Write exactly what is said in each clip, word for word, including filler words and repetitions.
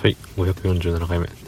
はい、ごひゃくよんじゅうななかいめです。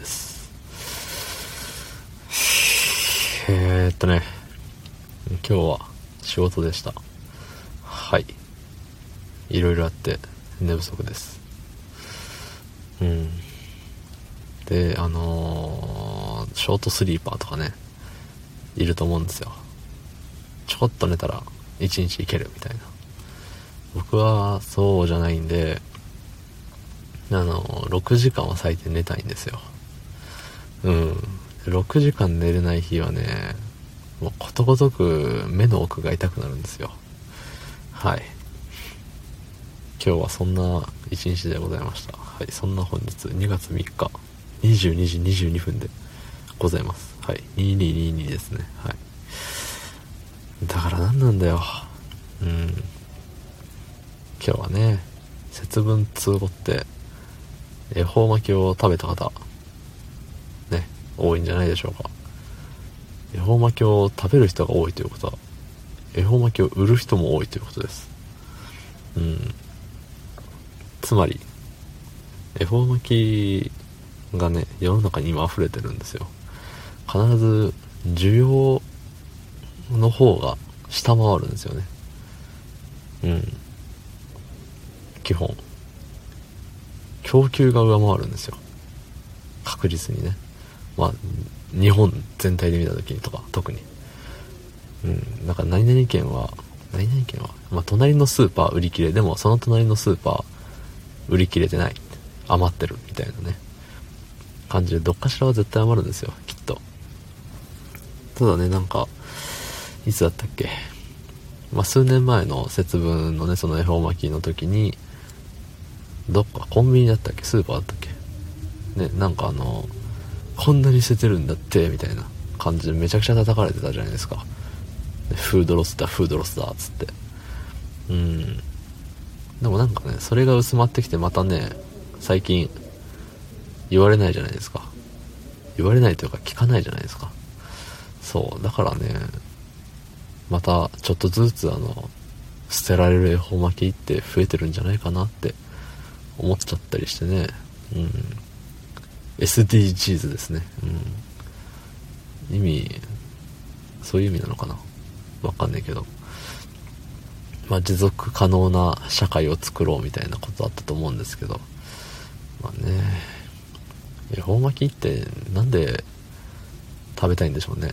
えーっとね今日は仕事でした。はい、いろいろあって寝不足です。うんであのー、ショートスリーパーとかねいると思うんですよ。ちょこっと寝たら一日いけるみたいな。僕はそうじゃないんで、あのろくじかんは最低寝たいんですよ。うんろくじかん寝れない日はね、もうことごとく目の奥が痛くなるんですよ。はい、今日はそんな一日でございました。はい、そんな本日にがつみっかにじゅうにじにじゅうにふんでございます。はい、にせんにじゅうにですね。はい、だから何なんだよ。うん今日はね、節分通語って恵方巻きを食べた方ね多いんじゃないでしょうか。恵方巻きを食べる人が多いということは恵方巻きを売る人も多いということです。うんつまり恵方巻きがね世の中に今溢れてるんですよ。必ず需要の方が下回るんですよね。うん基本供給が上回るんですよ、確実にね。まあ日本全体で見た時にとか特にうんだから何々県は何々県はまあ隣のスーパー売り切れでもその隣のスーパー売り切れてない余ってるみたいなね感じでどっかしらは絶対余るんですよきっと。ただねなんかいつだったっけ、まあ数年前の節分のねその恵方巻きの時にどっかコンビニだったっけスーパーだったっけねなんかあのこんなに捨ててるんだってみたいな感じでめちゃくちゃ叩かれてたじゃないですか。フードロスだフードロスだっつって。うんでもなんかねそれが薄まってきてまたね最近言われないじゃないですか。言われないというか聞かないじゃないですか。そうだからねまたちょっとずつあの捨てられる恵方巻きって増えてるんじゃないかなって思っちゃったりしてね。うん エスディージーズ ですね。うん意味そういう意味なのかなわかんないけど、まあ持続可能な社会を作ろうみたいなことだったと思うんですけど、まあね恵方巻きってなんで食べたいんでしょうね。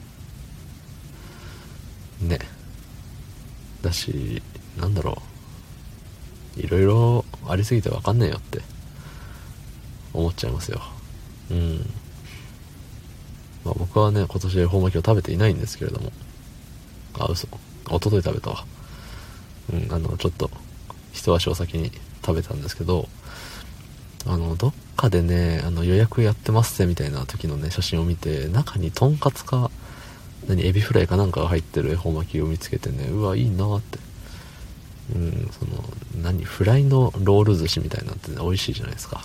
ねだしなんだろういろいろありすぎてわかんねえよって思っちゃいますよ。うんまあ僕はね今年恵方巻きを食べていないんですけれども、あ嘘一昨日食べたわ。うんあのちょっと一足お先に食べたんですけど、あのどっかでねあの予約やってますぜみたいな時のね写真を見て中にとんかつか何エビフライかなんかが入ってる恵方巻きを見つけてねうわいいなーって。うんその何フライのロール寿司みたいなってね美味しいじゃないですか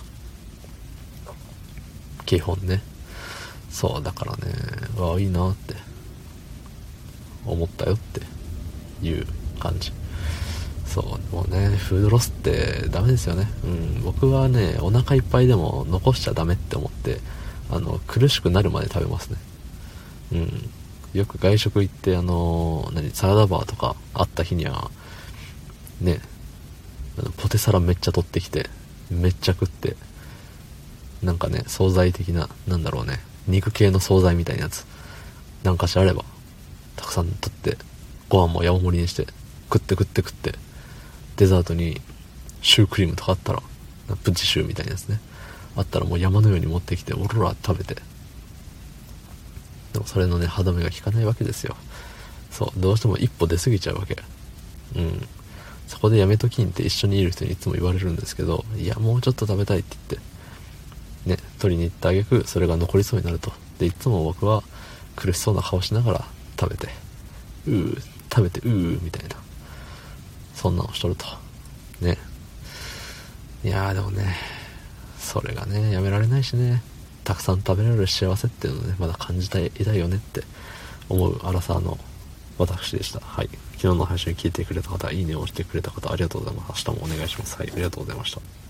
基本ね。そうだからねうわいいなって思ったよっていう感じ。そうもうねフードロスってダメですよね。うん僕はねお腹いっぱいでも残しちゃダメって思ってあの苦しくなるまで食べますね。うんよく外食行ってあの何サラダバーとかあった日にはねあのポテサラめっちゃ取ってきてめっちゃ食って、なんかね惣菜的ななんだろうね肉系の惣菜みたいなやつなんかしらあればたくさん取ってご飯も山盛りにして食って食って食って、デザートにシュークリームとかあったらプチシューみたいなやつねあったらもう山のように持ってきてオロラ食べて、でもそれのね歯止めが効かないわけですよ。そうどうしても一歩出過ぎちゃうわけ。うんそこでやめときんって一緒にいる人にいつも言われるんですけど、いやもうちょっと食べたいって言ってね取りに行ってあげくそれが残りそうになると。でいつも僕は苦しそうな顔しながら食べてうー食べてうーみたいなそんなのしとるとね。いやーでもねそれがねやめられないしね、たくさん食べられる幸せっていうのをねまだ感じたいたいよねって思うアラサーの私でした。はい、昨日の配信を聞いてくれた方いいねを押してくれた方ありがとうございます。明日もお願いします。はいありがとうございました。